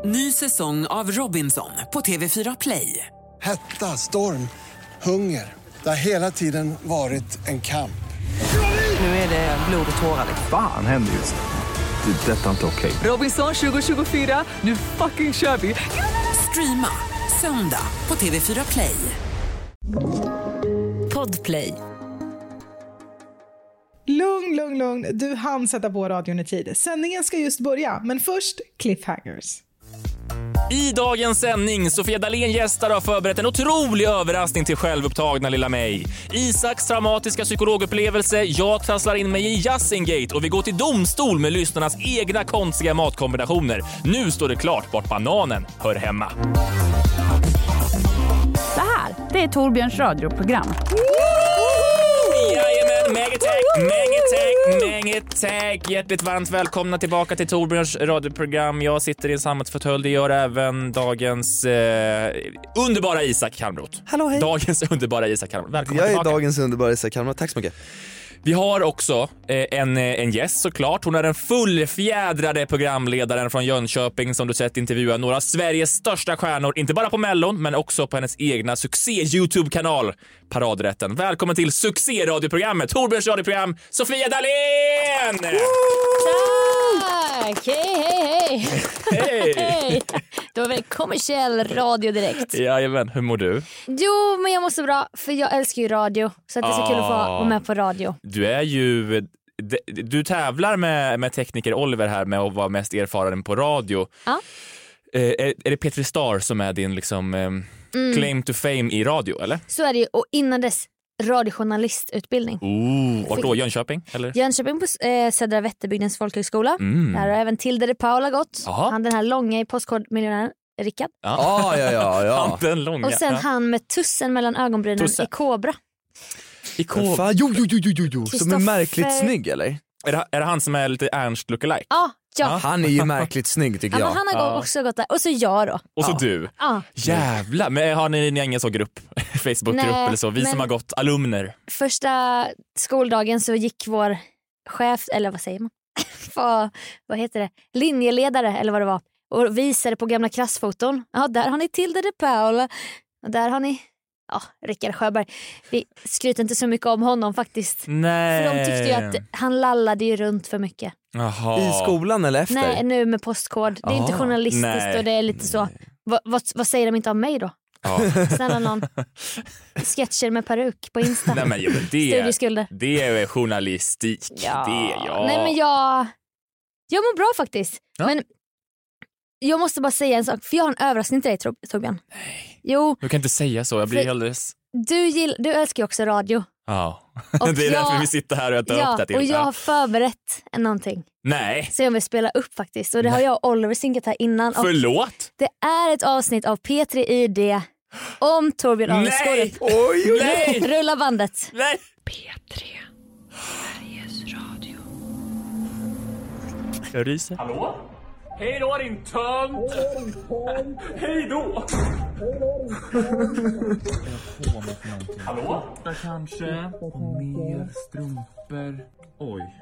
Ny säsong av Robinson på TV4 Play. Hetta, storm, hunger. Det har hela tiden varit en kamp. Nu är det blod och tårar. Fan händer just nu. Det. Detta är inte okej. Robinson 2024, nu fucking kör vi. Streama söndag på TV4 Play. Podplay. Lugn. Du hann sätta på radion i tid. Sändningen ska just börja, men först cliffhangers. I dagens sändning, Sofia Dalén gästar har förberett en otrolig överraskning till självupptagna lilla mig. Isaks traumatiska psykologupplevelse, jag trasslar in mig i Jazzingate och vi går till domstol med lyssnarnas egna konstiga matkombinationer. Nu står det klart vart bananen hör hemma. Det här, det är Torbjörns radioprogram. Jajamän, Megatech. Hjärtligt varmt välkomna tillbaka till Torbjörns radioprogram. Jag sitter i en samhällsfåtölj, det gör även dagens underbara Isak Kalmroth. Hallå, hej. Dagens underbara Isak Kalmroth. Välkommen Jag är tillbaka. dagens underbara Isak Kalmroth, tack så mycket. Vi har också en gäst såklart. Hon är den fullfjädrade programledaren från Jönköping som du sett intervjua några av Sveriges största stjärnor, inte bara på Mellon men också på hennes egna succé-YouTube-kanal Paradrätten. Välkommen till succé-radioprogrammet, Torbjörns radioprogram, Sofia Dalén! Tack! Hej! Hej! Då är det kommersiell radio direkt. Jajamän, hur mår du? Jo, men jag mår så bra, för jag älskar ju radio. Så att det är så kul att få vara med på radio. Du tävlar med tekniker Oliver här med att vara mest erfaren på radio. Ja. Är det Petri Star som är din liksom claim to fame i radio, eller? Så är det ju, och innan dess radiojournalistutbildning. Vart då? Jönköping? Eller? Jönköping på Södra Vätterbygdens folkhögskola. Där har även Tilde de Paula gått. Aha. Han den här långa i Postkodmiljonären, Rickard. Ja. Han den långa. Och sen han med tussen mellan ögonbrynen i Kobra. Fan, Jo. Som är märkligt snygg, eller? Är det han som är lite Ernst lookalike? Ja. Han är ju märkligt snygg, tycker jag. Men han har också gått där. Och så jag då. Och så du. Ja. Jävlar. Men har ni ingen så grupp? Facebookgrupp eller så? Vi som har gått alumner. Första skoldagen så gick vår chef, eller vad säger man? vad heter det? Linjeledare eller vad det var. Och visade på gamla klassfoton. Ja, där har ni Tilde de Paula. Och där har ni Rickard Sjöberg. Vi skryter inte så mycket om honom faktiskt. Nej. För de tyckte ju att han lallade ju runt för mycket. Aha. I skolan eller efter? Nej, nu med postkod. Det är inte journalistiskt och det är lite så. Vad säger de inte om mig då? Ja. Snälla någon. Sketcher med peruk på Insta. Nej, men Studieskulder. Det är journalistik. Nej, men jag mår bra faktiskt. Ja. Men jag måste bara säga en sak, för jag har en överraskning till dig, Torbjörn. Nej. Jo. Du kan inte säga så, jag blir alldeles... Du älskar ju också radio. Ja, det är därför vi sitter här och jag tar upp det till. Och jag har förberett någonting. Nej. Så jag vill spela upp faktiskt. Och det har jag och Oliver synkat här innan. Förlåt? Det är ett avsnitt av P3 ID om Torbjörn Alsgaard. Nej! Rulla bandet. Nej! P3, Sveriges Radio. Jag ryser. Hallå? Hej då din tönt! Hej då! Hallå? Kanske mer strumpor. Oj.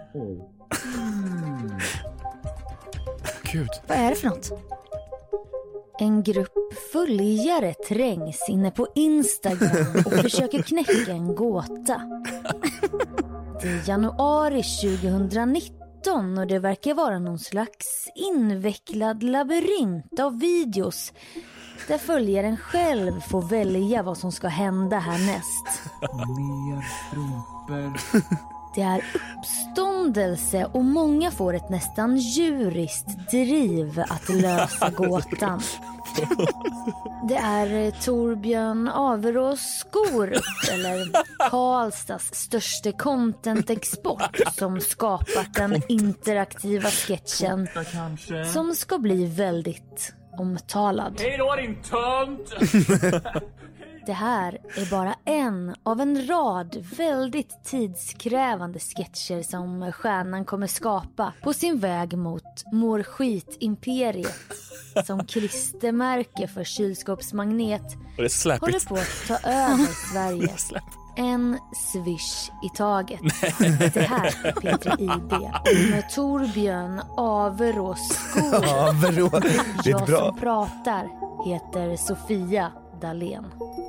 Gud. Vad är det för något? En grupp följare trängs inne på Instagram och försöker knäcka en gåta. Det är januari 2019 och det verkar vara någon slags invecklad labyrint av videos där följaren själv får välja vad som ska hända härnäst. Mer strumpor. Det är uppståndelse och många får ett nästan djuriskt driv att lösa gåtan. Det är Torbjörn Averås skor eller Karlstads största content-export som skapat den interaktiva sketchen som ska bli väldigt omtalad. Hej då din tönt! Det här är bara en av en rad väldigt tidskrävande sketcher som stjärnan kommer skapa på sin väg mot mår skit-imperiet som klistermärke för kylskåpsmagnet och det håller på att ta över Sverige. En swish i taget. Det här är P3 ID med Torbjörn Averås Skog. Det är Jag bra. som pratar heter Sofia Dalén.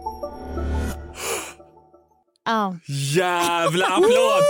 Jävla applåd!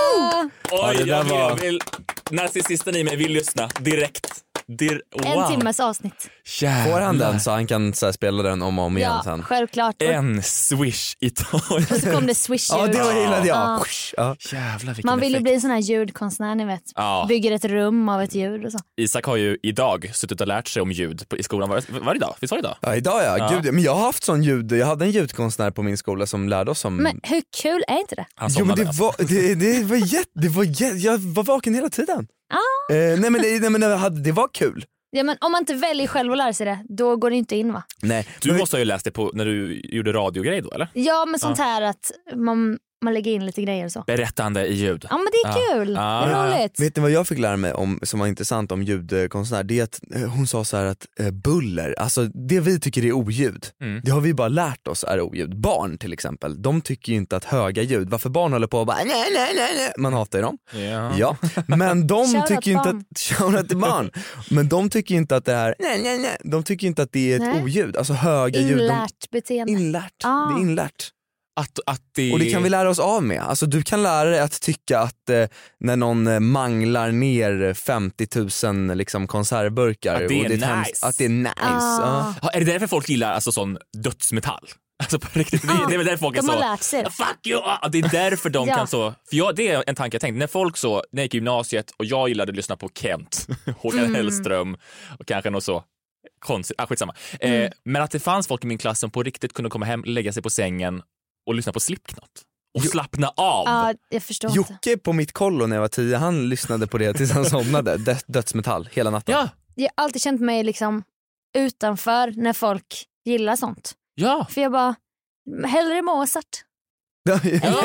Oj, det där var... narcissisten i mig vill lyssna direkt. En timmes avsnitt. Får han den så han kan så här, spela den om och om igen sen? Ja, självklart. En swish i taget. Och så kom det swish-ljud. Ja, det var gillade jag. Ja. Jävlar vilken Man vill ju effekt. bli en sån här ljudkonstnär, ni vet. Ja. Bygger ett rum av ett ljud och så. Isak har ju idag suttit och lärt sig om ljud i skolan. Var det idag? Visst var det idag? Ja, idag ja. Gud, men jag har haft sån ljud. Jag hade en ljudkonstnär på min skola som lärde oss om... Men hur kul är inte det? Han Jo men somnade. det var jag var vaken hela tiden. Nej men det var kul. Ja, men om man inte väljer själv att lära sig det, då går det inte in, va? Nej. Du måste ha ju läst det på när du gjorde radiogrej då, eller? Ja, men sånt här att man lägger in lite grejer och så. Berättande i ljud. Ja, men det är kul. Det är roligt. Vet ni vad jag fick lära mig om som var intressant om ljudkonstnär? Det är att hon sa så här att buller, alltså det vi tycker är oljud, det har vi bara lärt oss är oljud. Barn till exempel, de tycker ju inte att höga ljud, varför barn håller på och bara nej. Man hatar ju dem. Ja. Men de tycker ju inte att shoutout till barn. Men de tycker ju inte att det är nej. De tycker inte att det är ett oljud, alltså höga ljud. Inlärt beteende. Inlärt. Det är inlärt. Att det... Och det kan vi lära oss av med. Alltså du kan lära dig att tycka att när någon manglar ner 50 000 liksom konservburkar att det är och det är nice. hemskt, att det är nice. Ja. Är det därför folk gillar alltså sån dödsmetall? Alltså på riktigt, det är väl därför folk är de så... har lärt sig det. Fuck you! Det är därför de kan så... För det är en tanke jag tänkte. När folk så, när jag gick i gymnasiet och jag gillade att lyssna på Kent, Håkan Hellström och kanske något så konstigt, skitsamma. Men att det fanns folk i min klass som på riktigt kunde komma hem, lägga sig på sängen och lyssna på Slipknot. Och slappna av. Ja, jag förstår inte. Jocke på mitt kollo när jag var 10, han lyssnade på det tills han somnade. Dödsmetall hela natten. Ja. Jag har alltid känt mig liksom utanför när folk gillar sånt. Ja. För jag bara, hellre Mozart. Ja,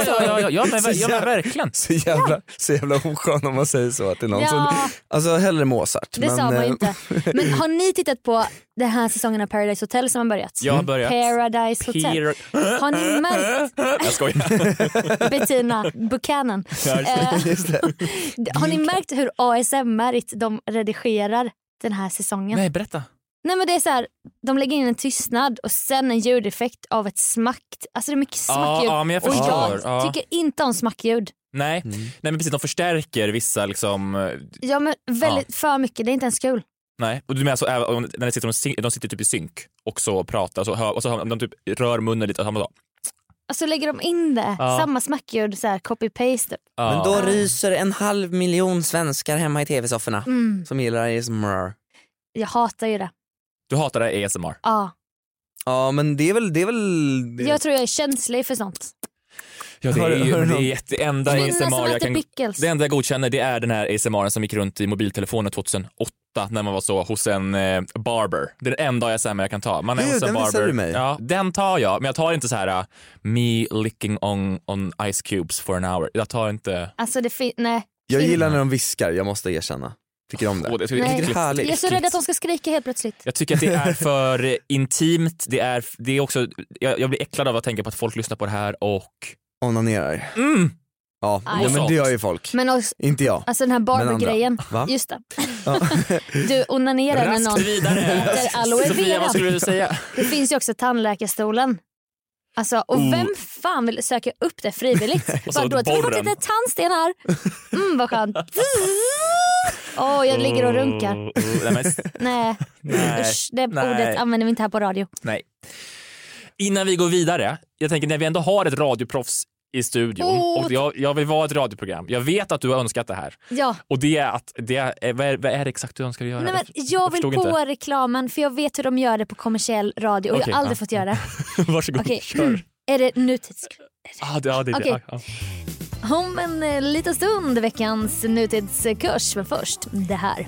men verkligen. Så jävla oskön om man säger så. Att det är någon som, alltså hellre Mozart. Det sa man ju inte. Men har ni tittat på den här säsongen av Paradise Hotel som har börjat? Jag har börjat. Paradise Hotel. Har ni märkt? Jag skojar. Bettina Buchanan. Just det. Har ni märkt hur ASMR-igt de redigerar den här säsongen? Nej, berätta. Nej, men det är så här, de lägger in en tystnad och sen en ljudeffekt av ett smack. Alltså det är mycket smackljud. Ja, men jag och förstår. jag tycker inte om smackljud. Nej, men precis, de förstärker vissa liksom... Ja, men väldigt för mycket, det är inte ens kul. Nej, och du menar så när de sitter typ i synk och så pratar och så hör de typ rör munnen lite och så. Alltså lägger de in det, samma smackljud, så här copy-paste. Men då ryser 500 000 svenskar hemma i tv-sofforna som gillar ASMR. Jag hatar ju det. Du hatar det ASMR? Ja. Ja, men det är väl... Jag tror jag är känslig för sånt. Ja, det är det enda ASMR det enda jag godkänner, det är den här ASMR som gick runt i mobiltelefonen 2008 när man var så hos en barber. Det är den enda ASMR jag kan ta. Man är hos en barber. Ja, den tar jag, men jag tar inte så här me licking on ice cubes for an hour. Jag tar inte. Alltså nej. Jag gillar när de viskar, jag måste erkänna. Tycker om det. Jag tycker det är härligt. Jag är så rädd att de ska skrika helt plötsligt. Jag tycker att det är för intimt. Det är också, jag blir äcklad av att tänka på att folk lyssnar på det här och onanerar. Ja, men det gör ju folk. Men också, inte jag. Alltså den här barbergrejen. Just det. Du onanerar när någon heter aloe vera. Sofia, vad skulle du säga? Det finns ju också tandläkarstolen. Alltså, och vem fan vill söka upp det frivilligt? Bara då, jag har fått lite tandsten här. Vad skönt. Jag ligger och runkar. Nej. Usch, det ordet använder vi inte här på radio. Nej. Innan vi går vidare, jag tänker när vi ändå har ett radioproffs i studion och jag vill vara ett radioprogram. Jag vet att du har önskat det här. Ja. Och det är att vad är det exakt du önskar göra? Nej, men jag vill på reklamen, för jag vet hur de gör det på kommersiell radio och jag har aldrig fått göra det. Varsågod, kör. Är det nutids? Det är det. Om en liten stund veckans nutidskurs, men först det här.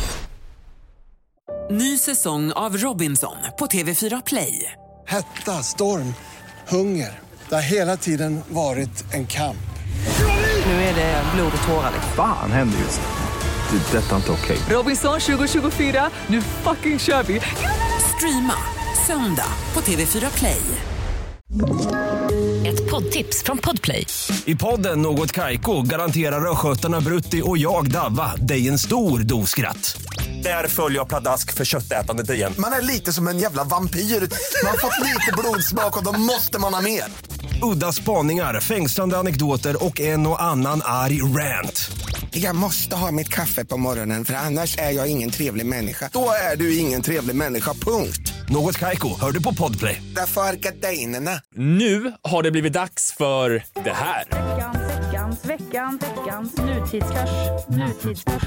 Ny säsong av Robinson på TV4 Play. Hetta, storm, hunger. Det har hela tiden varit en kamp. Nu är det blod och tårar. Fan händer just det. Det är detta inte okej. Robinson 2024, nu fucking kör vi. Streama söndag på TV4 Play. Ett poddtips från Podplay. I podden Något Kaiko garanterar röskötarna Brutti och jag Davva dig en stor doskratt. Där följer jag pladask för köttätandet igen. Man är lite som en jävla vampyr. Man har fått lite blodsmak och då måste man ha mer. Udda spaningar, fängslande anekdoter och en och annan arg rant. Jag måste ha mitt kaffe på morgonen för annars är jag ingen trevlig människa. Då är du ingen trevlig människa, punkt. Något Kaiko, hör du på Podplay. Därför är gardinerna. Nu har det blivit dags för det här. Veckans nutidskurs.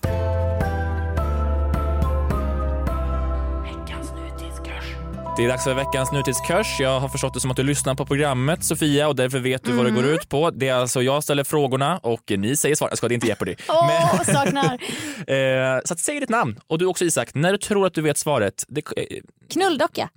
Det är dags för veckans nutidskurs. Jag har förstått det som att du lyssnar på programmet, Sofia, och därför vet du vad det går ut på. Det är alltså jag ställer frågorna och ni säger svar. Jag ska inte ge på det. Saknar. Så att säg ditt namn. Och du också, Isak, när du tror att du vet svaret. Knulldocka.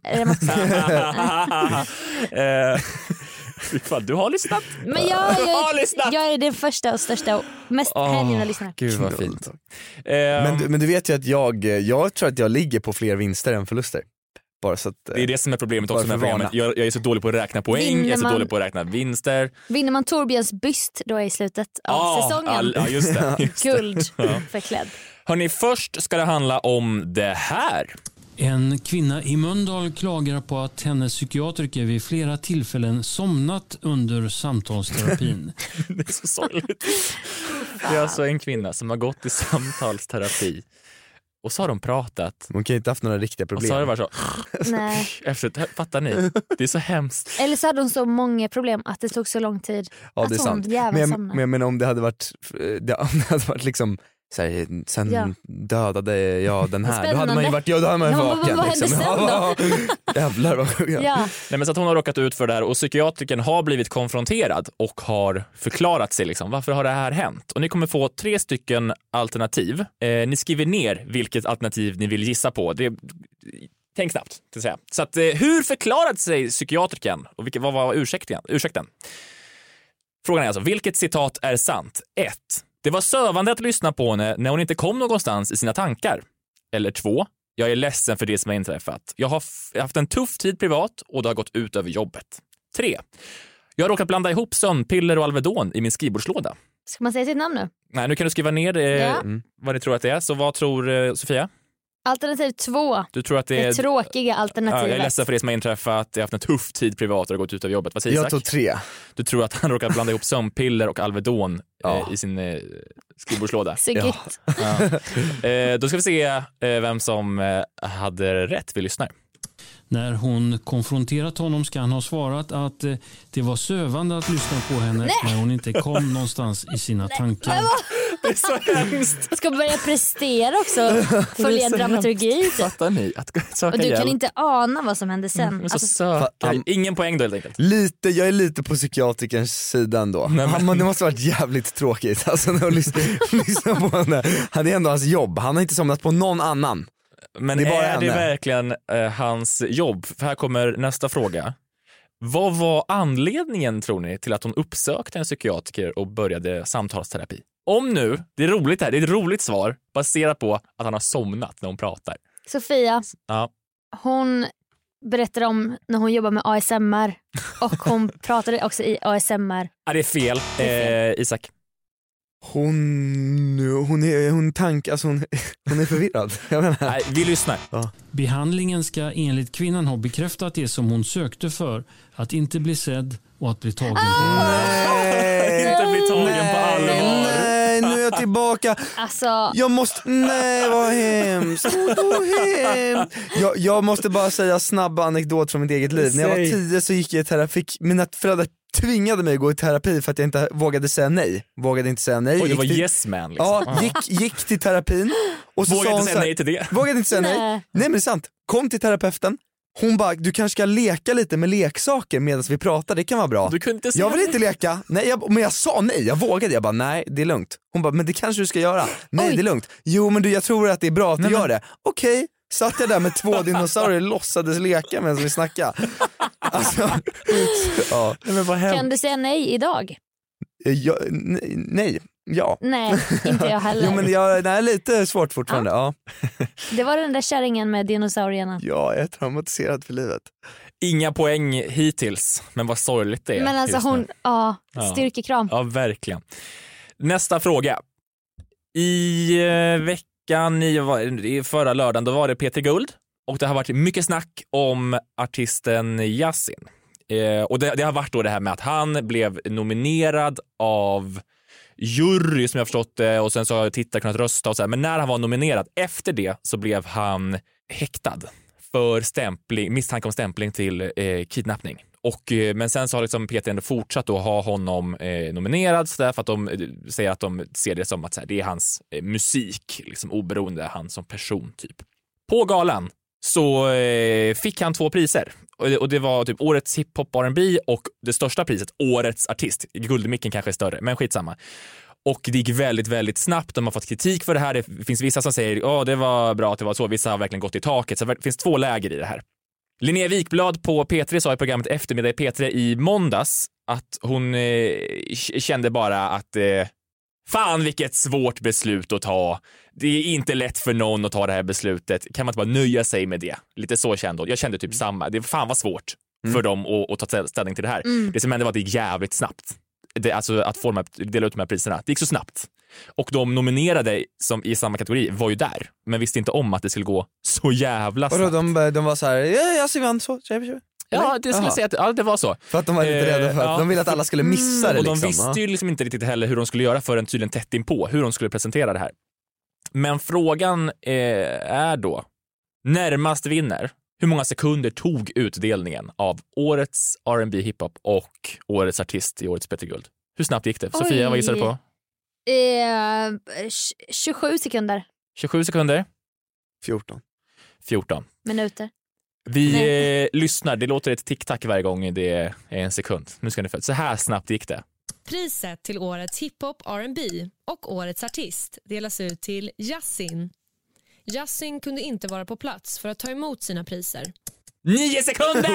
Fan, du har lyssnat. Men jag är den första och största och mest hängivna lyssnare. Gud vad fint. Men du vet ju att jag tror att jag ligger på fler vinster än förluster. Bara så att, det är det som är problemet också med programmet. Jag är så dålig på att räkna poäng, jag är så dålig på att räkna vinster. Vinner man Torbjörns byst då är i slutet av säsongen. Just det. Guld förklädd. Hörrni, först ska det handla om det här. En kvinna i Mölndal klagar på att hennes psykiatriker vid flera tillfällen somnat under samtalsterapin. Det är så sorgligt. Det är alltså en kvinna som har gått i samtalsterapi. Och så har de pratat. Man kan ju inte haft några riktiga problem. Och så har det varit så. Nej. Fattar ni? Det är så hemskt. Eller så hade hon så många problem att det tog så lång tid. Ja, det är sant. Men om det hade varit liksom så här, sen dödade jag den här. Då hade man ju varit vaken. Vad hände sen då? Jävlar vad sjukt. Nej, men så att hon har råkat ut för det här och psykiatriken har blivit konfronterad och har förklarat sig liksom. Varför har det här hänt? Och ni kommer få 3 stycken alternativ. Ni skriver ner vilket alternativ ni vill gissa på. Tänk snabbt, till att säga. Så att, hur förklarade sig psykiatriken? Och vad var ursäkten? Frågan är alltså, vilket citat är sant? 1. Det var sövande att lyssna på henne när hon inte kom någonstans i sina tankar. Eller 2. Jag är ledsen för det som har inträffat. Jag har haft en tuff tid privat och det har gått ut över jobbet. 3. Jag har råkat blanda ihop sömnpiller och Alvedon i min skrivbordslåda. Ska man säga sitt namn nu? Nej, nu kan du skriva ner vad ni tror att det är. Så vad tror Sofia? Alternativ 2. Du tror att det är tråkiga alternativet. Ja, jag är ledsen för det som har inträffat. Jag har haft en tuff tid privat och det har gått ut av jobbet. Vad säger Isak? Jag tog 3. Du tror att han råkar blanda ihop sömnpiller och Alvedon i sin skrivbordslåda. Då ska vi se vem som hade rätt. Vi lyssnar. När hon konfronterat honom ska han ha svarat att det var sövande att lyssna på henne när hon inte kom någonstans i sina tankar. Det är så hemskt. Ska börja prestera också. Följa en dramaturgi. Fattar ni? Och du kan inte ana vad som hände sen. Ingen poäng då helt enkelt. Jag är lite på psykiatrikerns sidan då. Det måste ha varit jävligt tråkigt alltså, när lyssna på henne. Han är ändå hans jobb. Han har inte somnat på någon annan. Men är det verkligen hans jobb? För här kommer nästa fråga. Vad var anledningen, tror ni, till att hon uppsökte en psykiatriker och började samtalsterapi? Om nu, det är roligt här, det är ett roligt svar baserat på att han har somnat när hon pratar. Sofia, hon berättade om när hon jobbar med ASMR och hon pratade också i ASMR. Det är fel. Isak. Hon är förvirrad. Nej, vi lyssnar. Ja. Behandlingen ska enligt kvinnan ha bekräftat det som hon sökte för, att inte bli sedd och att bli tagen på allvar. Inte bli tagen på allvar. Nej, nu är jag tillbaka. Alltså... Nej, vad hemskt. Jag måste bara säga snabba anekdot från mitt eget liv. När jag var 10 så gick jag i terapi. Mina föräldrar tvingade mig att gå i terapi för att jag inte vågade säga nej. Vågade inte säga nej. Oj, det var yes man liksom. Ja, gick till terapin. Och så vågade inte säga nej till det. Vågade inte säga nej. Nej, men det är sant. Kom till terapeuten. Hon bara, du kanske ska leka lite med leksaker medan vi pratar, det kan vara bra. Du kunde inte säga jag vill inte leka. Nej, men jag sa nej, jag vågade. Jag bara, nej, det är lugnt. Hon bara, men det kanske du ska göra. Nej, det är lugnt. Jo, men jag tror att det är bra att du gör det. Okej. Satt jag där med 2 dinosaurier och låtsades leka medan vi snackade. Alltså, ja. Kan du säga nej idag? Nej. Ja. Nej, inte jag heller. Jo, men det är lite svårt fortfarande. Ja. Det var den där kärringen med dinosaurierna. Ja, jag är traumatiserad för livet. Inga poäng hittills, men vad sorgligt det är. Men alltså hon, styrkekram. Ja, verkligen. Nästa fråga. I veckan, i förra lördagen, då var det P3 Guld. Och det har varit mycket snack om artisten Yasin. Och det har varit då det här med att han blev nominerad av jury som jag förstått det, och sen så har tittare kunnat rösta och så här. Men när han var nominerad, efter det så blev han häktad för misstanke om stämpling till kidnappning. Men sen så har liksom Peter ändå fortsatt att ha honom nominerad så där, för att de säger att de ser det som att så här, det är hans musik, liksom, oberoende han som person typ. På galan så fick han 2 priser. Och det var typ årets hiphop R&B och det största priset, årets artist. Guldmicken kanske är större, men skitsamma. Och det gick väldigt, väldigt snabbt. De har fått kritik för det här. Det finns vissa som säger det var bra att det var så. Vissa har verkligen gått i taket. Så det finns 2 läger i det här. Linnea Wikblad på P3 sa i programmet Eftermiddag i P3 i måndags att hon kände bara att fan vilket svårt beslut att ta. Det är inte lätt för någon att ta det här beslutet. Kan man inte bara nöja sig med det? Lite så kände hon. Jag kände typ samma. Det fan var svårt för dem att ta ställning till det här. Det som hände var att det gick jävligt snabbt. Alltså att dela ut de här priserna. Det gick så snabbt. Och de nominerade som i samma kategori var ju där, men visste inte om att det skulle gå så jävla snabbt. Och de var så här, jag ser vann så. Ja, det skulle säga att det var så. För att de var lite rädda för att de ville att alla skulle missa det. Och de visste ju liksom inte riktigt heller hur de skulle göra förrän tydligen tätt in på hur de skulle presentera det här. Men frågan är då, närmast vinner. Hur många sekunder tog utdelningen av årets R&B hiphop och årets artist i årets P3 Guld? Hur snabbt gick det? Sofia, vad gissar du på? 27 sekunder. 27 sekunder? 14 minuter. Vi lyssnar, det låter ett tick-tack varje gång det är en sekund. Nu ska ni få. Så här snabbt gick det. Priset till årets hiphop R&B och årets artist delas ut till Yasin. Yasin kunde inte vara på plats för att ta emot sina priser. 9 sekunder!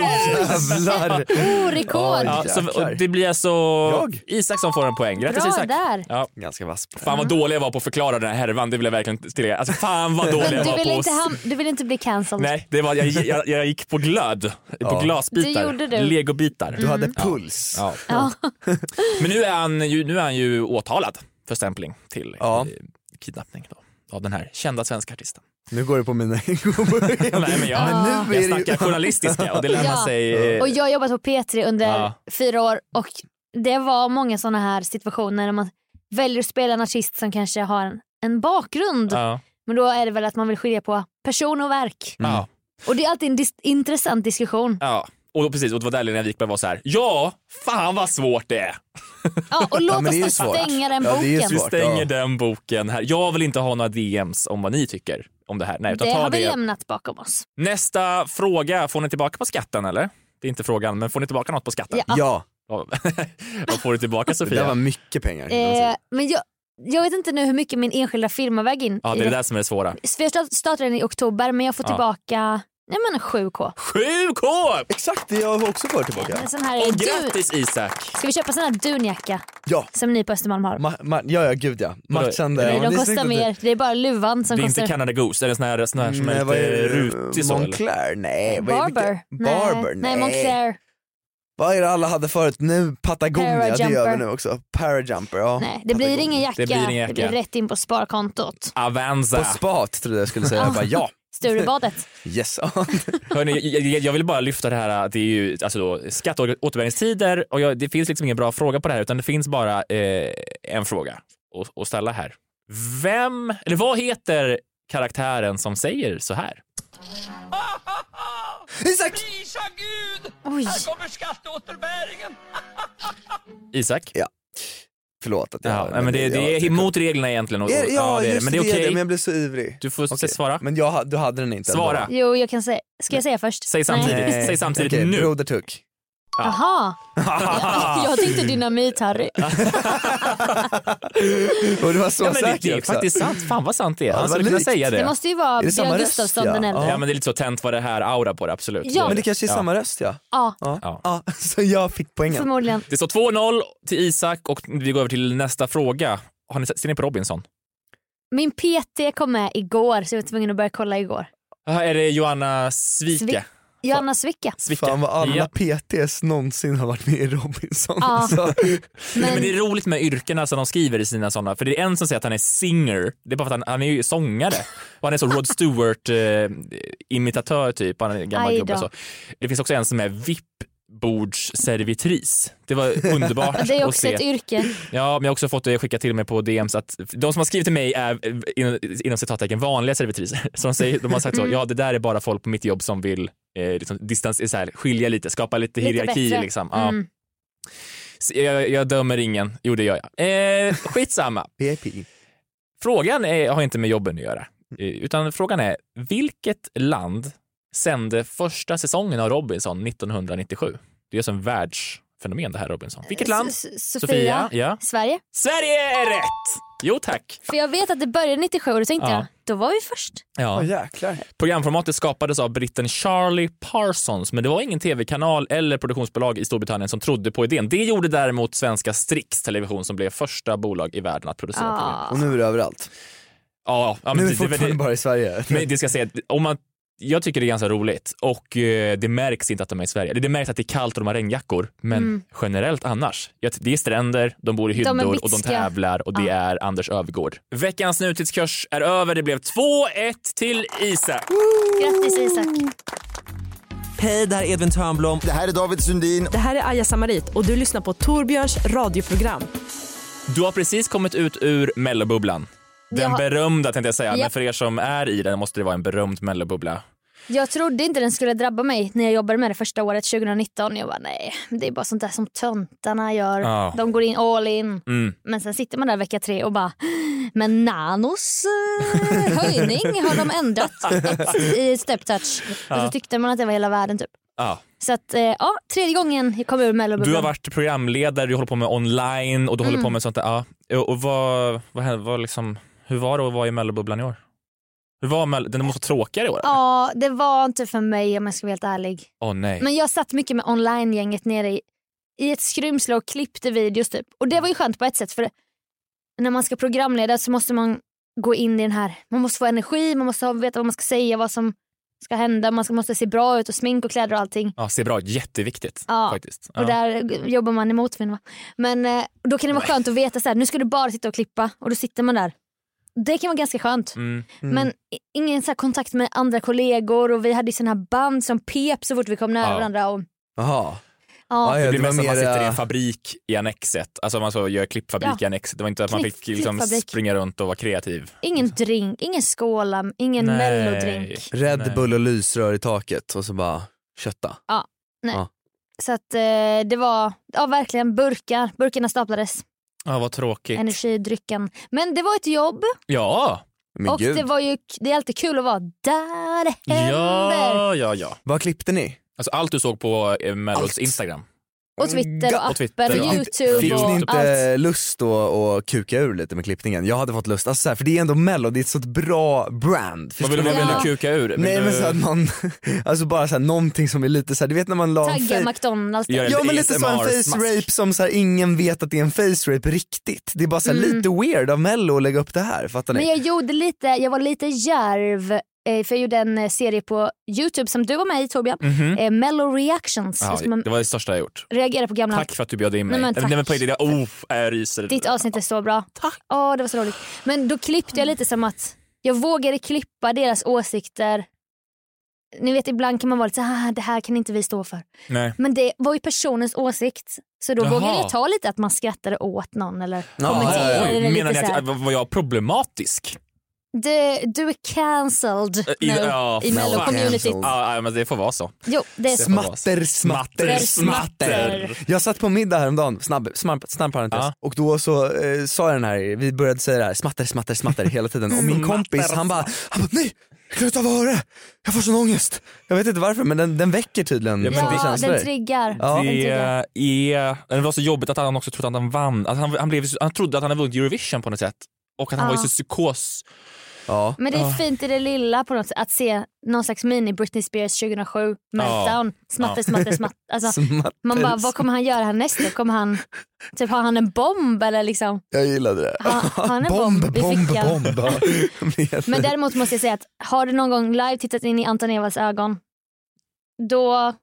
Rekord! Ja, så det blir alltså Isak som får en poäng. Grattis Isak. Där. Ja. Ganska vass. Fan vad dålig jag var på att förklara den här härvan. Det vill jag verkligen tillägga. Alltså fan vad dålig jag var på. Du vill inte bli cancelled. Nej, det var, jag gick på glöd. På glasbitar. Det gjorde du. Legobitar. Du hade puls. Ja. Men nu är han ju åtalad för stämpling till kidnappning då, av den här kända svenska artisten. Nu går det på mina Nej, men jag snackar journalistiska och det lär man sig. Och jag har jobbat på P3 under 4 år och det var många sådana här situationer när man väljer att spela en artist som kanske har en bakgrund. Men då är det väl att man vill skilja på person och verk. Och det är alltid en intressant diskussion. Ja. Och precis, och det var där Linnea Wikberg var så här: fan vad svårt det är. Ja, och låt oss stänga den boken. Vi stänger den boken här. Jag vill inte ha några DMs om vad ni tycker om det här. Nej, utan det har vi lämnat bakom oss. Nästa fråga, får ni tillbaka på skatten eller? Det är inte frågan, men får ni tillbaka något på skatten? Ja. Vad får du tillbaka, Sofia? Det var mycket pengar. Men jag vet inte nu hur mycket min enskilda firma väger in. Ja, det är det som är det svåra. För jag startade den i oktober, men jag får tillbaka 7K. 7K! Exakt, det jag har också fått tillbaka. Och grattis Isak! Ska vi köpa sån här dunjacka? Ja. Som ni på Östermalm har. Ja, gud ja. Matchande. Nej, de kostar mer. Det är bara luvan som kostar. Det är inte Canada Goose, är det sån här som är lite rutig så? Moncler? Nej. Barber? Nej, Moncler. Vad är det alla hade förut? Nu Patagonia, det gör vi nu också. Parajumper, ja. Nej, det blir ingen jacka. Det blir rätt in på sparkontot. Avanza. På spat trodde jag skulle säga. Bara, ja. Sturebadet. Yes. Hörrni, jag vill bara lyfta det här. Det är ju alltså då, skatt- och återbetalningstider. Och det finns liksom ingen bra fråga på det här. Utan det finns bara en fråga att ställa här. Vem, eller vad heter karaktären som säger så här? Isak! Gud! Oj. Här kommer skatteåterbäringen. Isak? Ja. Förlåt att jag... men det är emot reglerna egentligen. Och, men det är okej. Men jag blev så ivrig. Du får svara. Men du hade den inte. Svara. Ändå. Jo, jag kan säga. Ska jag säga först? Säg samtidigt. Säg samtidigt okay, nu. Broder Tuck. Jaha. Jag tänkte dynamit, Harry. Och det var så säkert det är också. faktiskt sant. Fan vad sant det är. Alltså, kunna säga det. Det måste ju vara Björn Gustafsson den äldre. Ja, men det är lite så tänt vad det här aura på det, absolut. Ja. Men det kanske är samma röst, Ja. Så jag fick poängen. Förmodligen. Det står 2-0 till Isak och vi går över till nästa fråga. Ser ni på Robinson? Min PT kom med igår så jag var tvungen att börja kolla igår. Är det Johanna Svike? Johanna Svicka. Fan vad alla PTs någonsin har varit med i Robinson. Ja. Men det är roligt med yrkena som de skriver i sina sådana. För det är en som säger att han är singer. Det är bara för att han är ju sångare. Och han är så Rod Stewart imitatör typ. Han är en gammal gubbe så. Det finns också en som är VIP-bordsservitris. Det var underbart. Det är också att se. ett yrke. Ja, men jag har också fått det skickat till mig på DMs att de som har skrivit till mig är inom citattecken vanliga servitriser. Så de har sagt så, ja det där är bara folk på mitt jobb som vill liksom skilja lite, skapa lite hierarki liksom. Ja. Så jag dömer ingen. Jo, det gör jag. Skitsamma. Frågan har inte med jobben att göra. Utan frågan är, vilket land sände första säsongen av Robinson 1997? Det är som världsfenomen det här Robinson. Vilket land? Sofia. Ja. Sverige. Sverige är rätt! Jo tack. För jag vet att det började 97 och då tänkte jag, då var vi först. Ja. Jäklar. Programformatet skapades av britten Charlie Parsons, men det var ingen tv-kanal eller produktionsbolag i Storbritannien som trodde på idén. Det gjorde däremot svenska Strix Television som blev första bolag i världen att producera program. Och nu är det överallt. Ja, men nu är det fortfarande bara i Sverige. Men det ska jag säga, jag tycker det är ganska roligt och det märks inte att de är i Sverige. Det märks att det är kallt och de har regnjackor, men generellt annars. Det är stränder, de bor i hyddor och de tävlar och det är Anders Öfvergård. Veckans nutidskurs är över, det blev 2-1 till Isak. Grattis Isak. Hej, det här är Edvin Törnblom. Det här är David Sundin. Det här är Aja Samarit och du lyssnar på Torbjörns radioprogram. Du har precis kommit ut ur mellobubblan. Den berömda tänkte jag säga, men för er som är i den måste det vara en berömd mellobubbla. Jag trodde inte den skulle drabba mig när jag jobbade med det första året 2019. Jag bara nej, det är bara sånt där som töntarna gör. De går in all in. Men sen sitter man där vecka 3 och bara, men Nanos höjning har de ändrat i step touch. Och så tyckte man att det var hela världen typ. Så att tredje gången jag kom ur mellobubblan. Du har varit programledare, du håller på med online och du håller på med sånt där. Och vad liksom, hur var det att vara i mellobubblan i år? Den måste vara tråkigare i år? Ja, det var inte för mig om jag ska vara helt ärlig. Nej. Men jag satt mycket med online-gänget nere i ett skrymsle och klippte videos typ. Och det var ju skönt på ett sätt, för när man ska programleda så måste man gå in i den här, man måste få energi, man måste veta vad man ska säga, vad som ska hända, man måste se bra ut och smink och kläder och allting. Ja, se bra, jätteviktigt faktiskt. Och där jobbar man i motvind. Men då kan det vara skönt att veta så här, nu ska du bara sitta och klippa och då sitter man där. Det kan vara ganska skönt. Men ingen så här kontakt med andra kollegor och vi hade ju såna här band som pep så fort vi kom nära varandra. Och... Jaha. Det blir mest att man sitter i en fabrik i annexet. Alltså man så gör klippfabrik i annexet. Det var inte att man fick liksom springa runt och vara kreativ. Ingen drink, ingen skåla, ingen mellodrink. Red Bull och lysrör i taket och så bara kötta. Så att det var verkligen burkarna staplades. Ja, vad tråkigt. Energidrycken. Men det var ett jobb. Ja. Och det är alltid kul att vara där det händer. Ja. Vad klippte ni? Alltså allt du såg på Mellos Instagram. Och Twitter och appen och YouTube. Fick och ni inte allt. lust att kuka ur lite med klippningen? Jag hade fått lust, alltså så här, för det är ändå Mello, det är ett så bra brand. Vad vill du kuka ur? Nej men så att man, alltså bara så här, någonting som är lite så här, du vet när man la tagga McDonalds. Ja men lite så en face rape som så här, ingen vet att det är en face rape riktigt. Det är bara så här, lite weird av Mello att lägga upp det här, fattar ni? Men jag var lite djärv. För jag gjorde en serie på YouTube som du var med i, Torbjörn. Mello Reactions. Det var det största jag gjort. Reagera på gamla. Tack för att du bjöd in mig. Nej, men på idé, jag ryser. Ditt avsnitt är så bra. Tack. Det var så roligt. Men då klippte jag lite som att jag vågade klippa deras åsikter. Ni vet, ibland kan man vara lite så det här kan inte vi stå för. Nej. Men det var ju personens åsikt. Så då vågade jag ta lite att man skrattade åt någon eller kommenterade. Menar ni att var jag problematisk? Du är cancelled nu i Mello-communityt. Ja, men det får vara så. Jo, det är smatter. Jag satt på middag häromdagen, snabb parentes. Och då så sa jag den här, vi började säga det här, smatter hela tiden. Och min kompis, han bara nej, sluta vara det. Jag får sån ångest. Jag vet inte varför, men den väcker tydligen. Den triggar. Det var så jobbigt att han också trodde att han vann. Han trodde att han hade vunnit Eurovision på något sätt. Och att han var i så psykos. Ja. Men det är fint i det lilla på något sätt att se någon slags mini Britney Spears 2007 meltdown, smatter. Alltså, man bara, vad kommer han göra härnäst? Kommer han typ, har han en bomb eller liksom? Jag gillade det. Han en bomb. Men däremot måste jag säga att har du någon gång live tittat in i Anton Ewalds ögon? då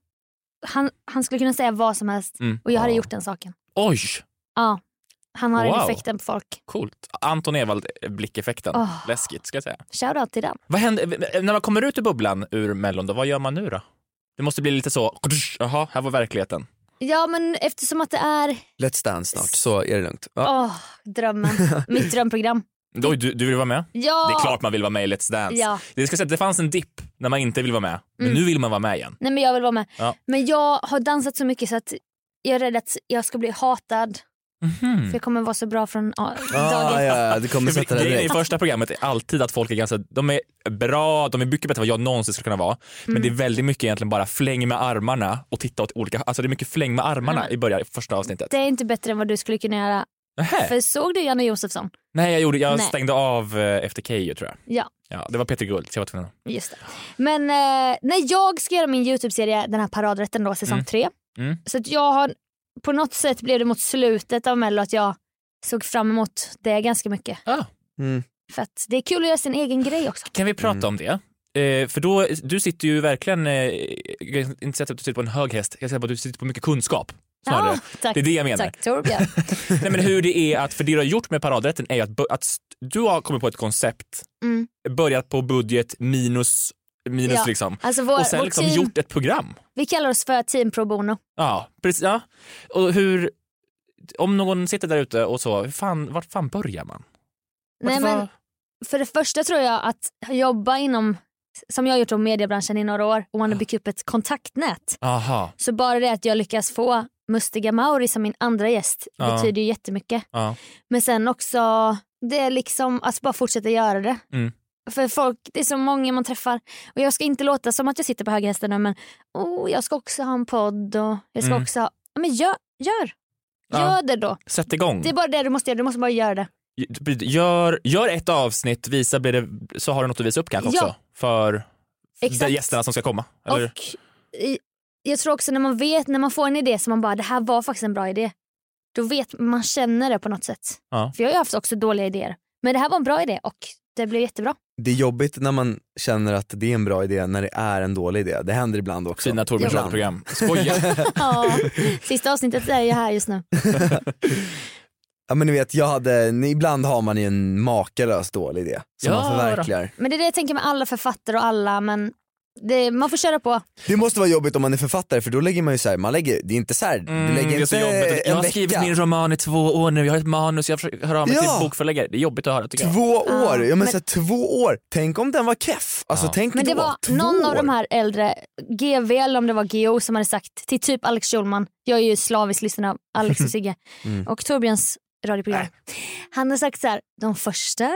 han skulle kunna säga vad som helst och jag hade gjort den saken. Oj! Ja, han har den effekten på folk. Coolt. Anton Ewald, blickeffekten. Läskigt ska jag säga. Shoutout till den. Vad händer när man kommer ut ur bubblan ur Mellon då? Vad gör man nu då? Det måste bli lite så, jaha, här var verkligheten. Ja, men eftersom att det är Let's Dance snart så är det lugnt. Ja. Drömmen. Mitt drömprogram. Du vill vara med? Ja. Det är klart man vill vara med i Let's Dance. Ja. Det ska säga att det fanns en dipp när man inte vill vara med. Men nu vill man vara med igen. Nej, men jag vill vara med. Ja. Men jag har dansat så mycket så att jag är rädd att jag ska bli hatad. För jag kommer vara så bra från dagen. Ja, det kommer sätta det direkt. I första programmet är alltid att folk är ganska, de är bra, de är mycket bättre än vad jag någonsin skulle kunna vara. Men det är väldigt mycket egentligen bara fläng med armarna och titta åt olika, alltså det är mycket fläng med armarna i början, i första avsnittet. Det är inte bättre än vad du skulle kunna göra. För såg du Janne Josefsson? Nej, jag stängde av efter Keyyo tror jag. Ja, det var Peter Guld, så jag var tvungen. Just det. Men när jag ska göra min YouTube-serie, den här paradrätten då, säsong 3. Så att jag har, på något sätt blev det mot slutet av Mello att jag såg fram emot det ganska mycket. För att det är kul att göra sin egen grej också. Kan vi prata om det? För då, du sitter ju verkligen, inte säga att du sitter på en hög häst, jag säger bara att du sitter på mycket kunskap. Ja, tack. Det är det jag menar. Tack, Torbjörn. Nej, men hur det är att, för det du har gjort med paradrätten är ju att du har kommit på ett koncept, börjat på budget minus liksom. Alltså och sen liksom team, gjort ett program. Vi kallar oss för Team Pro Bono. Ja, precis. Ja. Och hur, om någon sitter där ute och så, vart fan börjar man? Nej, men för det första tror jag att jobba inom, som jag har gjort om mediebranschen i några år, och man har byggt upp ett kontaktnät. Aha. Så bara det att jag lyckas få Mustiga Mauri som min andra gäst betyder ju jättemycket. Men sen också, det är liksom att bara fortsätta göra det. För folk, det är så många man träffar. Och jag ska inte låta som att jag sitter på höga hästar nu, men jag ska också ha en podd och jag ska också ha, men gör det då. Sätt igång. Det är bara det du måste göra, du måste bara göra det. Gör ett avsnitt, visa, blir det, så har du något att visa upp kanske också för de gästerna som ska komma. Eller? Och jag tror också när man får en idé som man bara, det här var faktiskt en bra idé, då vet man, känner det på något sätt. För jag har ju haft också dåliga idéer, men det här var en bra idé och det blev jättebra. Det är jobbigt när man känner att det är en bra idé när det är en dålig idé. Det händer ibland också. Fina Torbjörns program. Skoja. Sista avsnittet är ju här just nu. Ja, men ni vet, ibland har man ju en makalös dålig idé som man förverkligar. Men det är det jag tänker med alla författare och alla, men man får köra på. Det måste vara jobbigt om man är författare, för då lägger man ju såhär, det är inte såhär, du lägger inte en jag har skrivit min roman i 2 år nu, jag har ett manus, jag försöker höra av mig till bokförläggare. Det är jobbigt att höra, tycker jag. 2 år? Ja, men så 2 år, tänk om den var keff. Alltså tänk men det då, var någon av de här äldre, GV eller om det var Geo, som hade sagt till typ Alex Schulman, jag är ju slaviskt lyssnare av Alex och Sigge och Torbjörns radioprogram. Han har sagt så här: de första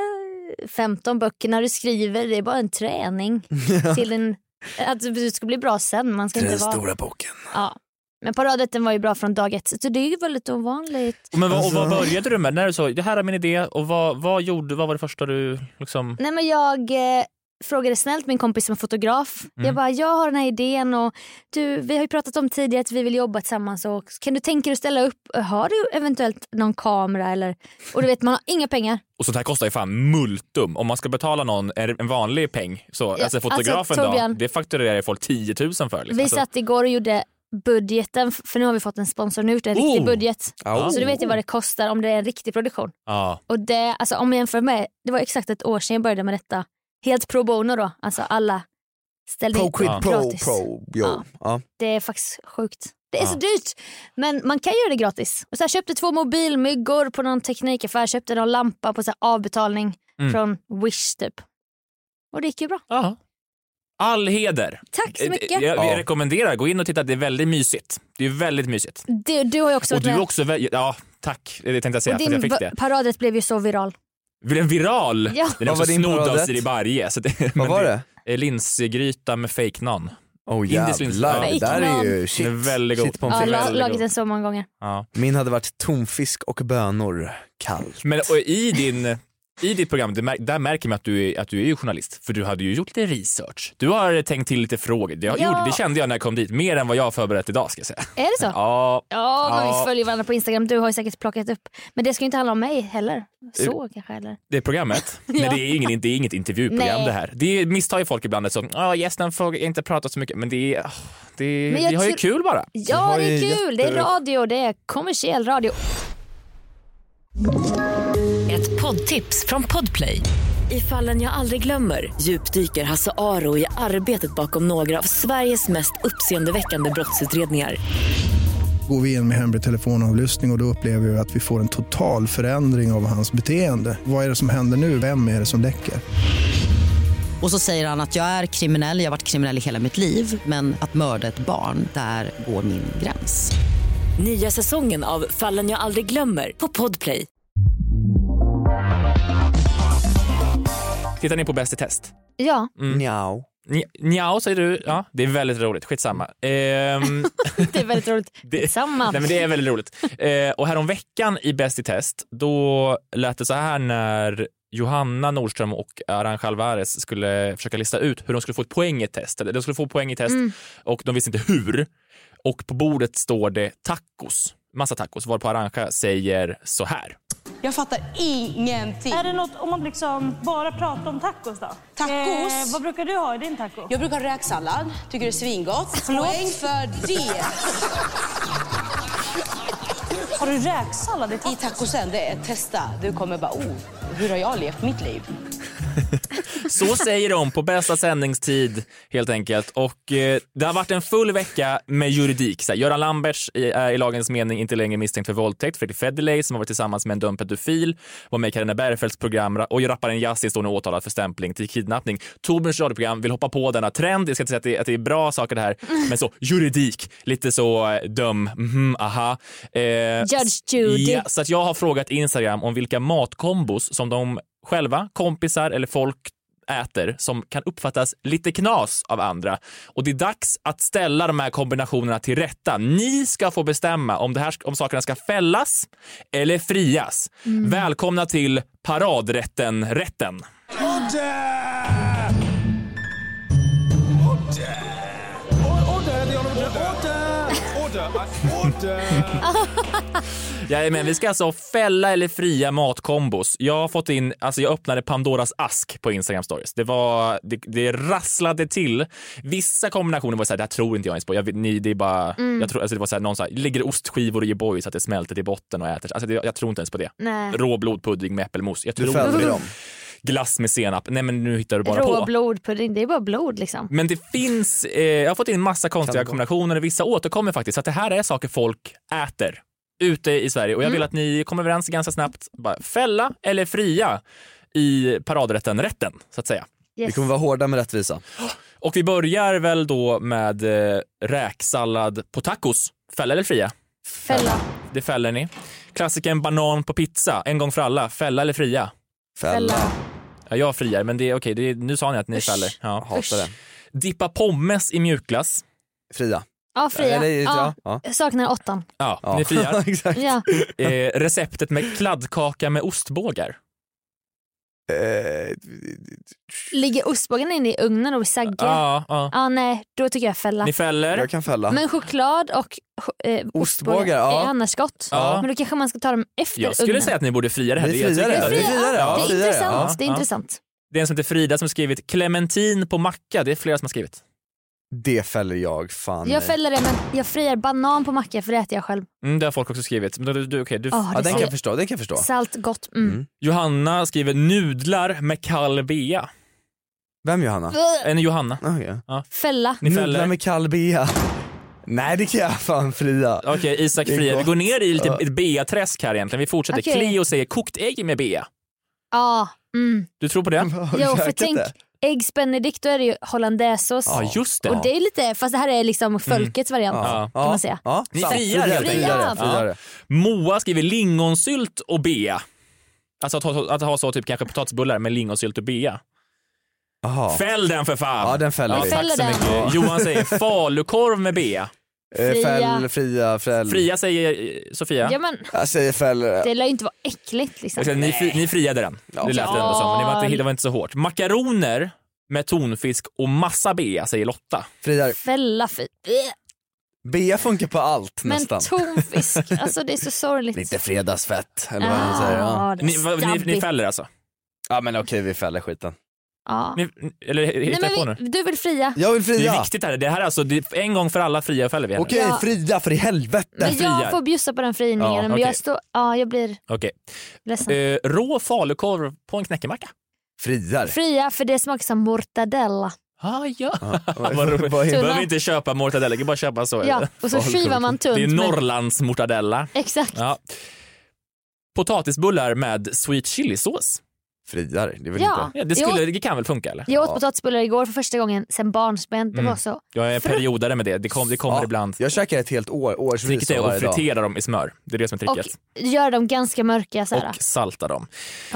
15 böckerna du skriver, det är bara en träning till att du ska bli bra sen. Man ska inte vara stora boken. Ja. Men paradrätten var ju bra från dag 1, så det är ju väldigt ovanligt. Men vad började du med när du sa det här är min idé, och vad var det första du liksom? Nej, men jag frågade snällt min kompis som är fotograf. Jag bara, jag har den här idén och vi har ju pratat om tidigare att vi vill jobba tillsammans, och kan du tänka dig att ställa upp? Har du eventuellt någon kamera eller? Och du vet, man har inga pengar. Och sånt här kostar ju fan multum. Om man ska betala någon en vanlig peng så, alltså fotografen då, det fakturerar folk 10 000 för liksom. Vi satt igår och gjorde budgeten, för nu har vi fått en sponsor, nu gjort en riktig budget. Så du vet ju vad det kostar om det är en riktig produktion. Och det, alltså om jag jämför med, det var exakt 1 år sedan jag började med detta. Helt pro bono då, alltså alla ställde in gratis. Det är faktiskt sjukt. Det är så dyrt, men man kan göra det gratis. Och så här, köpte 2 mobilmyggor på någon teknikaffär, köpte någon lampa på så här avbetalning från Wish typ. Och det gick ju bra. All heder. Tack så mycket. Jag rekommenderar, gå in och titta, det är väldigt mysigt. Det är väldigt mysigt. Du har ju också varit med. Och du också, tack. Det tänkte jag säga, för jag fick det. Paradrätt blev ju så viral. Blev den viral? Ja. Den är också snodd av Siri Barje. Vad var det? Linsgryta med fake nan. Jävlar, det där är ju shit. Den är väldigt god. Lagat den så många gånger. Min hade varit tonfisk och bönor kallt. Men och i din I ditt program, där märker man att du är ju journalist. För du hade ju gjort lite research. Du har tänkt till lite frågor. Det kände jag när jag kom dit. Mer än vad jag har förberett idag, ska jag säga. Är det så? Ja. Men vi följer varandra på Instagram. Du har ju säkert plockat upp. Men det ska ju inte handla om mig heller. Så kanske heller. Det är programmet. Nej, det är inget intervjuprogram det här. Det misstar ju folk ibland. Gästen får inte prata så mycket. Men vi har ju kul bara. Ja, det är kul. Det är radio. Det är kommersiell radio. Ett poddtips från Podplay. I Fallen jag aldrig glömmer djupdyker Hasse Aro i arbetet bakom några av Sveriges mest uppseendeväckande brottsutredningar. Går vi in med hemlig telefonavlyssning och då upplever vi att vi får en total förändring av hans beteende. Vad är det som händer nu? Vem är det som läcker? Och så säger han att jag är kriminell, jag har varit kriminell i hela mitt liv. Men att mörda ett barn, där går min gräns. Nya säsongen av Fallen jag aldrig glömmer på Podplay. Tittar ni på Bäst i test? Ja. Njau, säger du? Ja, det är väldigt roligt. Skitsamma. Det är väldigt roligt. Skitsamma. Nej, men det är väldigt roligt. Och här om veckan i Bäst i test, då lät det så här när Johanna Nordström och Arantxa Alvarez skulle försöka lista ut hur de skulle få ett poäng i test. De skulle få poäng i test och de visste inte hur. Och på bordet står det tacos. Massa tacos. Varpå Arantxa säger så här. Jag fattar ingenting. Är det något om man liksom bara pratar om tacos då? Tacos? Vad brukar du ha i din taco? Jag brukar ha räksallad. Tycker det är svingott. Poäng för det. Har du räksallad i tacos? I tacosen, det är testa. Du kommer bara, hur har jag levt mitt liv? Så säger de på bästa sändningstid helt enkelt. Och det har varit en full vecka med juridik. Så här, Göran Lamberts är i lagens mening inte längre misstänkt för våldtäkt. Fredrik Federley som har varit tillsammans med en dömd pedofil var med i Carina Bergfeldts program och rapparen Yasin står nu åtalad för stämpling till kidnappning. Torbjörns radioprogram vill hoppa på denna trend. Jag ska inte säga att det är bra saker det här. Men så juridik, lite så aha. Judge Judy. Ja, så att jag har frågat Instagram om vilka matkombos som de själva, kompisar eller folk äter som kan uppfattas lite knas av andra. Och det är dags att ställa de här kombinationerna till rätta. Ni ska få bestämma om sakerna ska fällas eller frias. Välkomna till paradrätten-rätten. Ja, men vi ska alltså fälla eller fria matkombos. Jag har fått in, alltså jag öppnade Pandoras ask på Instagram stories. Det rasslade till. Vissa kombinationer var så här, det här tror inte jag ens på. Det är bara jag tror alltså det var så här, någon så här, ligger ostskivor i Boy så att det smälter till botten och äter. Alltså jag tror inte ens på det. Nej. Rå blodpudding med äppelmos. Jag tror du fällde dem. Glass med senap. Nej, men nu hittar du bara på. Rå blodpudding, det är bara blod liksom. Men det finns, jag har fått in massa konstiga kombinationer. Vissa återkommer faktiskt. Så att det här är saker folk äter ute i Sverige. Och jag vill att ni kommer överens ganska snabbt. Bara fälla eller fria i paradrätten, så att säga. Vi kommer vara hårda med rättvisa. Och vi börjar väl då med räksallad på tacos. Fälla eller fria? Fälla. Det fäller ni. Klassiken banan på pizza. En gång för alla. Fälla eller fria? Fälla. Ja, jag friar, men det är okej. Nu sa ni att ni fäller. Ja, hatar det. Dippa pommes i mjukglass. Fria. Ja, fria. Ja. Jag saknar 8. Ja, ni friar. Exakt. Ja. Receptet med kladdkaka med ostbågar. Ligger ostbågen inne i ugnen och vi saggar? Ja, nej, då tycker jag fälla. Ni fäller? Jag kan fälla. Men choklad och ostbågar är annars gott. Ja. Men då kanske man ska ta dem efter ugnen. Jag skulle säga att ni borde fria det här. Vi friar det. Det är intressant. Det är intressant. Det är en som heter Frida som har skrivit clementin på macka. Det är flera som har skrivit. Det fäller jag fan. Jag fäller det, men jag friar banan på macka för det äter jag själv. Det har folk också skrivit. Men den kan jag förstå. Salt gott. Johanna skriver nudlar med kall bea. Vem Johanna? En Johanna. Okay. Ja. Fälla. Nudlar med kall bea. Nej, det kan jag fan fria. Okej, Isak fria. Vi går ner i lite ett bea-träsk här egentligen. Vi fortsätter. Okay. Cleo säger kokt ägg med bea. Ja. Du tror på det? Jo, för tänk Eggs Benedict, då är det ju hollandaisesås. Ja, just det. Och det är lite, fast det här är liksom folkets variant kan man säga. Ja. Ni friar. Moa skriver lingonsylt och bea. Alltså att ha så typ kanske potatisbullar med lingonsylt och bea. Aha. Fäll den för fan. Ja, den fäller vi. Tack så mycket. Johan säger falukorv med bea. Fria säger Sofia. Ja, men Jag säger fäll. det lär ju inte vara äckligt liksom. Ni friade den. Det lät ändå som. Men det var inte så hårt. Makaroner med tonfisk och massa bea, säger Lotta. Friar. Fälla Bea funkar på allt men nästan. tonfisk, alltså det är så sorgligt. Lite fredagsfett eller vad man säger. Ja. Ni fäller alltså? Ja men okej, vi fäller skiten. Ja. Du vill fria. Jag vill fria. Det är viktigt här. Det här är alltså en gång för alla fria fäller vi. Okej, fria för i helvete. Men jag får bjussa på den friningen. Men jag blir ledsen. Rå falukorv på en knäckemacka. Fria för det smakar som mortadella. Behöver inte köpa mortadella, bara köpa så. Ja, och så skivar man tunt. Det är Norrlands mortadella. Exakt. Ja. Potatisbullar med sweet chilisås. Friar, det är väl inte. Det kan väl funka eller? Jag åt potatisbullar igår för första gången sen barnsben. Det var så. Jag är periodare med det. Det kommer ibland. Jag käkar ett helt årsvis. Tricket är att fritera dem i smör. Det är det som är tricket. Och gör dem ganska mörka så här. Och salta dem.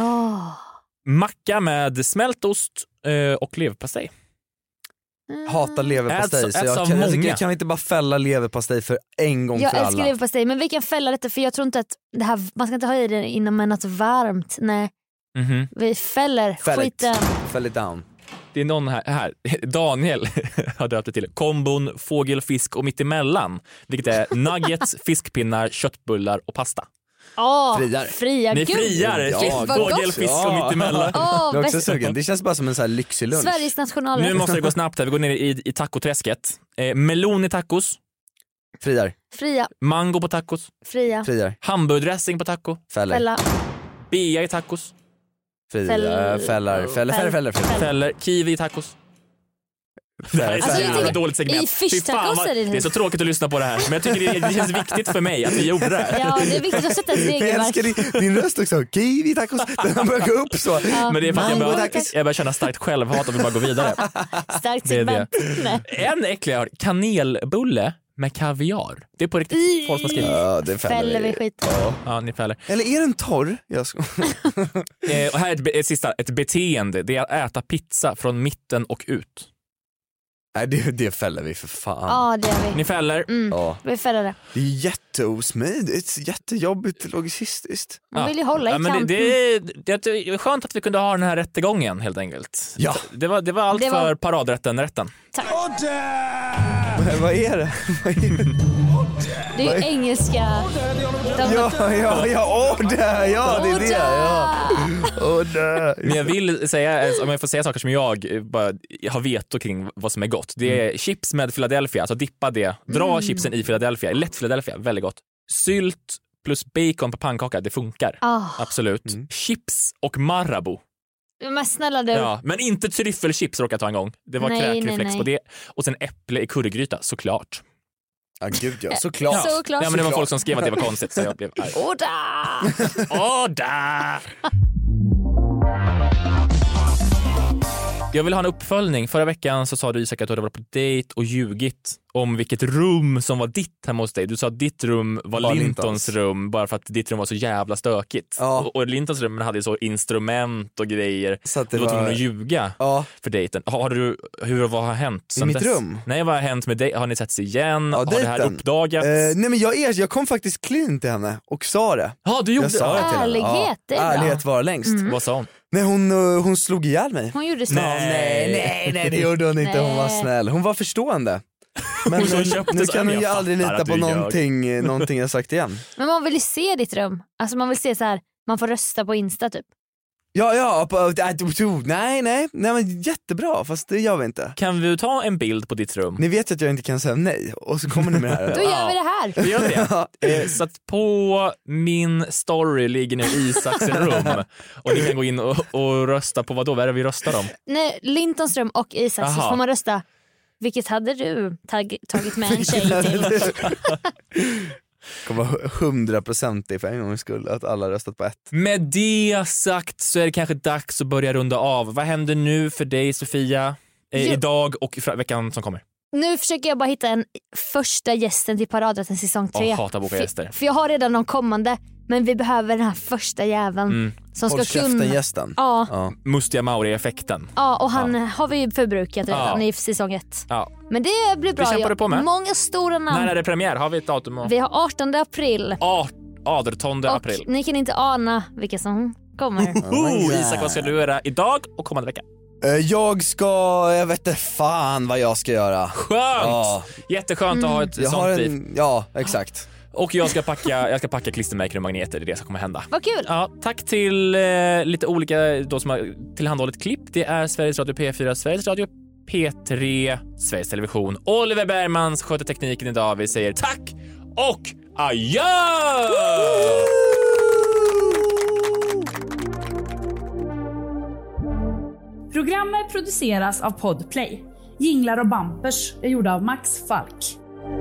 Macka med smältost och leverpastej. Hatar leverpastej, så jag kan inte bara fälla leverpastej för en gång för alla. Jag älskar leverpastej, men vi kan fälla detta för jag tror inte att det här, man ska inte ha i det inom något varmt. Nej. Vi fäller skiten. Fäll it down. Det är någon här. Daniel har döpt det till kombon fågel, fisk och mittemellan, vilket är nuggets, fiskpinnar, köttbullar och pasta. Fria. Ni friar. Fågel, fisk och mittemellan. Jag är också sugen. Det känns bara som en så här lyxig lunch. Sveriges nationalrätt. Nu måste det gå snabbt här. Vi går ner i tacoträsket. Melon i tacos. Fria. Mango på tacos. Fria. Hamburgerdressing på taco. Fälla. Bea i tacos. Fäller. Kiwi i tacos. Dåligt segment. I fishtacos är det är så tråkigt att lyssna på det här, men jag tycker det känns viktigt för mig att vi gjorde det. Ja, det är viktigt att sätta ett regelverk. Jag älskar din röst också. Kiwi tacos. Den börjar gå upp så. Men det är för att jag börjar känna starkt självhat och vill bara gå vidare. Starkt segment. En äcklig jag har, kanelbulle med kaviar. Det är på riktigt folk som skriver. Ja, det fäller vi skit. Ja, ni fäller. Eller är den torr? Och här är ett beteende. Det är att äta pizza från mitten och ut. Nej, det fäller vi för fan. Ja, det är vi. Ni fäller? Vi fäller det. Det är jätteosmidigt, jättejobbigt logistiskt. Man vill ju hålla i kanten. Det är skönt att vi kunde ha den här rättegången helt enkelt. Ja. Det var allt för paradrätten. Tack. Vad är det? Det är ju engelska. Men jag vill säga, om jag får säga saker som jag bara har veto kring vad som är gott. Det är chips med Philadelphia, alltså dippa det. Dra chipsen i Philadelphia, lätt Philadelphia, väldigt gott. Sylt plus bacon på pannkaka, det funkar. Absolut. Chips och Marabou. Men snälla du. Ja, men inte tryffelchips råkade jag ta en gång. Det var kräkreflex på det. Och sen äpple i currygryta, såklart. Ja, gud ja, såklart. Ja, men det var folk som skrev att det var konstigt, så jag blev arg. Oda! Jag vill ha en uppföljning. Förra veckan så sa du, Isak, att du hade varit på dejt och ljugit om vilket rum som var ditt hemma hos dig. Du sa att ditt rum var Lintons rum bara för att ditt rum var så jävla stökigt. Ja. Och Lintons rum hade ju så instrument och grejer. Så att du var tvungen att ljuga för dejten. Vad har hänt? I mitt rum? Nej, vad har hänt med dig? Har ni sett sig igen? Ja, har det här uppdagats? Nej, men jag kom faktiskt clean till henne och sa det. Ja, du gjorde det. Ärlighet, det är bra. Ärlighet var längst. Vad sa hon? Nej, hon slog ihjäl mig. Hon gjorde så. Nej, det gjorde hon inte. Hon var snäll. Hon var förstående. Men nu kan hon ju aldrig lita på någonting jag sagt igen. Men man vill ju se ditt rum. Alltså man vill se så här, man får rösta på Insta typ. Nej, men jättebra, fast det gör vi inte. Kan vi ta en bild på ditt rum? Ni vet att jag inte kan säga nej, och så kommer ni med det här. Då gör vi det här. Vi gör det. Så att på min story ligger nu Isaks rum. Och ni kan gå in och rösta på vad då? Vad är det vi röstar om? Nej, Lintons rum och Isaks, så får man rösta. Vilket hade du tagit med en tjej till? Kommer vara 100% för en gångs skull att alla röstat på ett. Med det sagt så är det kanske dags att börja runda av. Vad händer nu för dig, Sofia? Idag och veckan som kommer? Nu försöker jag bara hitta en första gästen till Paradrätten säsong 3. Hatar boka gäster. För jag har redan de kommande. Men vi behöver den här första jäveln som ska kunna... gästen. Ja. Mustiga Mauri-effekten. Ja, och han har vi ju förbrukat redan i säsong 1. Ja. Men det blir bra. Det kämpar du på med. Många stora namn. När är det premiär? Har vi ett datum? Vi har 18 april. 18 april. Och ni kan inte ana vilka som kommer. Isak, vad ska du göra idag och kommande vecka? Jag vet inte fan vad jag ska göra. Skönt! Ja. Jätteskönt att ha ett sånt liv. Ja, exakt. Och jag ska packa klistermärken och magneter, det är det som kommer hända. Vad kul! Ja, tack till lite olika då som har tillhandahållit klipp. Det är Sveriges Radio P4, Sveriges Radio P3, Sveriges Television. Oliver Bergmans sköter tekniken idag. Vi säger tack och adjö! Programmet produceras av Podplay. Jinglar och bumpers är gjorda av Max Falk.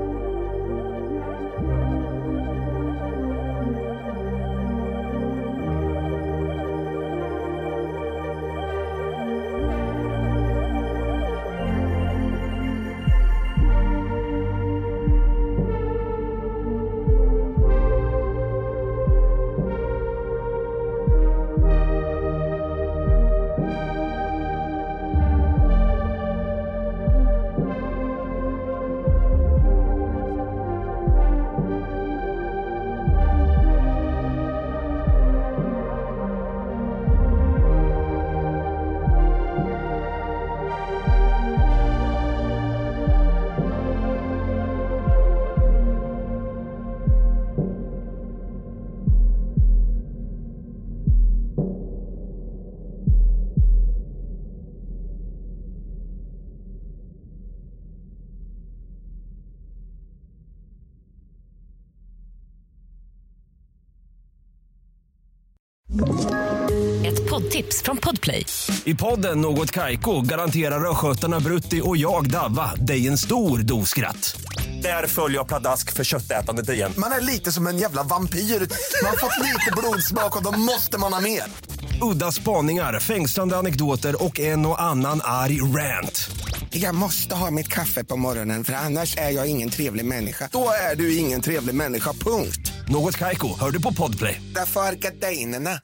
Ett poddtips från Podplay. I podden Något Kaiko garanterar röskötarna Brutti och jag Davva dig en stor doskratt. Där följer jag pladask för köttätandet igen. Man är lite som en jävla vampyr. Man har fått lite blodsmak och då måste man ha mer. Udda spaningar, fängslande anekdoter och en och annan arg rant. Jag måste ha mitt kaffe på morgonen för annars är jag ingen trevlig människa. Då är du ingen trevlig människa, punkt. Något Kaiko, hör du på Podplay. Därför är gardinerna.